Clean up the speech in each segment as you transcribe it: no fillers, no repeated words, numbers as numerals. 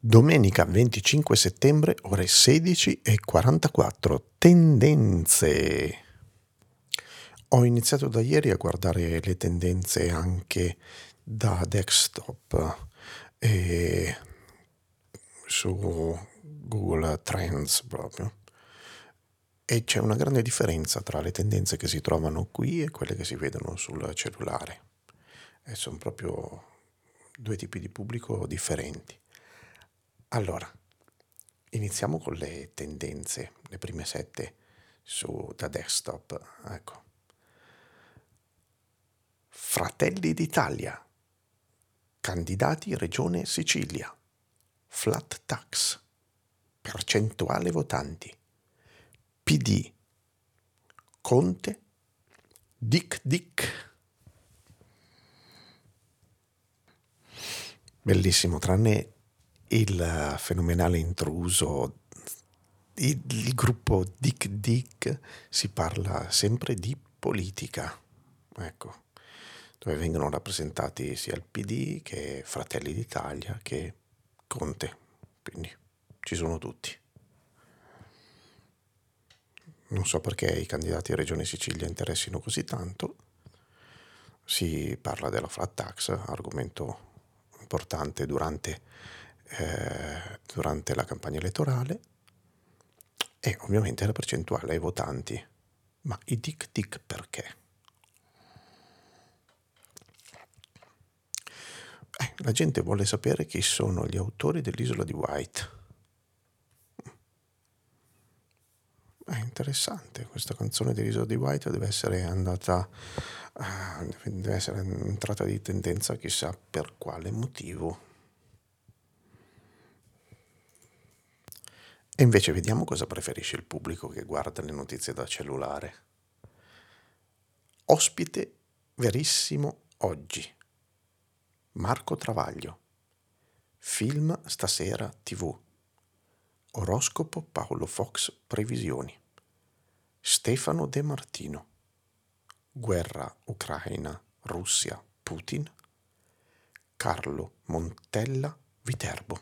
Domenica 25 settembre, ore 16:44. Tendenze. Ho iniziato da ieri a guardare le tendenze anche da desktop e su Google Trends proprio. E c'è una grande differenza tra le tendenze che si trovano qui e quelle che si vedono sul cellulare. E sono proprio due tipi di pubblico differenti. Allora, iniziamo con le tendenze, le prime 7 da desktop. Ecco. Fratelli d'Italia, candidati Regione Sicilia, flat tax, percentuale votanti, PD, Conte, Dick Dick. Bellissimo, tranne il fenomenale intruso, il gruppo Dick Dick, si parla sempre di politica, ecco, dove vengono rappresentati sia il PD che Fratelli d'Italia che Conte, quindi ci sono tutti. Non so perché i candidati a Regione Sicilia interessino così tanto. Si parla della flat tax, argomento importante durante la campagna elettorale, e ovviamente la percentuale ai votanti. Ma i tic tic perché? La gente vuole sapere chi sono gli autori dell'Isola di Wight. È interessante, questa canzone dell'Isola di Wight deve essere entrata di tendenza chissà per quale motivo. E invece vediamo cosa preferisce il pubblico che guarda le notizie da cellulare. Ospite verissimo oggi. Marco Travaglio. Film stasera TV. Oroscopo Paolo Fox previsioni. Stefano De Martino. Guerra Ucraina Russia Putin. Carlo Montella Viterbo.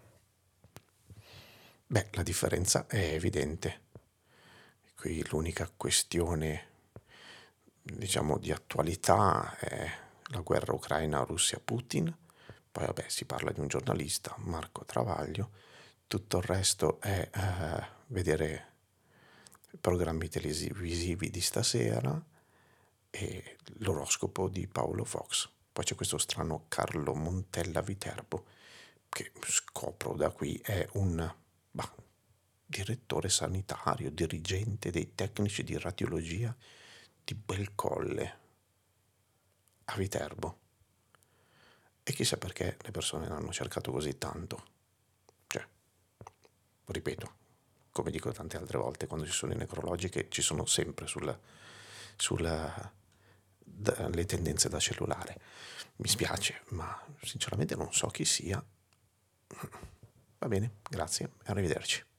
Beh, la differenza è evidente. Qui l'unica questione, diciamo, di attualità è la guerra Ucraina-Russia-Putin. Poi vabbè, si parla di un giornalista, Marco Travaglio. Tutto il resto è vedere programmi televisivi di stasera e l'oroscopo di Paolo Fox. Poi c'è questo strano Carlo Montella Viterbo, che scopro da qui è un direttore sanitario, dirigente dei tecnici di radiologia di Bel Colle a Viterbo. E chissà perché le persone l'hanno cercato così tanto. Cioè, ripeto, come dico tante altre volte, quando ci sono i necrologi, che ci sono sempre le tendenze da cellulare. Mi spiace, ma sinceramente non so chi sia. Va bene, grazie, arrivederci.